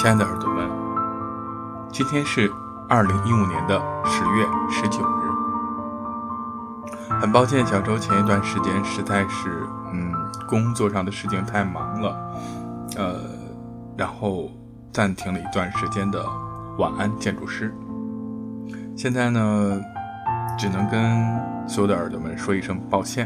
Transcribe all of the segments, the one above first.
亲爱的耳朵们，今天是2015年的10月19日。很抱歉，小周前一段时间实在是工作上的事情太忙了，然后暂停了一段时间的晚安建筑师。现在呢，只能跟所有的耳朵们说一声抱歉。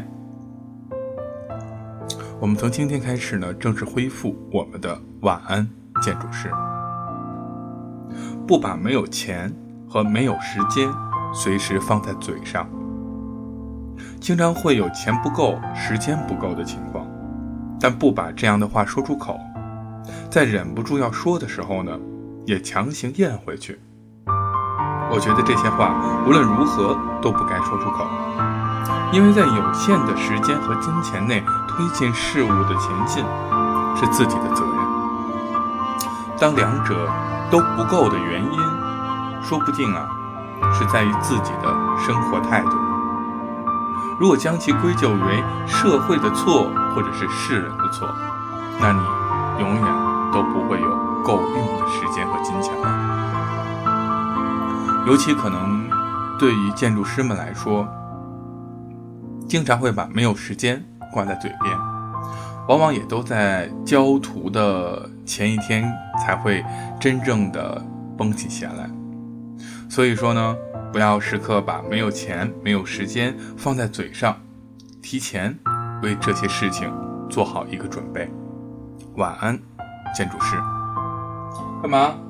我们从今天开始呢，正式恢复我们的晚安建筑师，不把没有钱和没有时间随时放在嘴上。经常会有钱不够、时间不够的情况，但不把这样的话说出口，在忍不住要说的时候呢，也强行咽回去。我觉得这些话无论如何都不该说出口，因为在有限的时间和金钱内推进事物的前进是自己的责任。当两者都不够的原因，说不定是在于自己的生活态度。如果将其归咎为社会的错或者是世人的错，那你永远都不会有够用的时间和金钱了。尤其可能对于建筑师们来说，经常会把没有时间挂在嘴边，往往也都在交图的前一天才会真正的绷起弦来。所以说呢，不要时刻把没有钱、没有时间放在嘴上，提前为这些事情做好一个准备。晚安，建筑师。干嘛？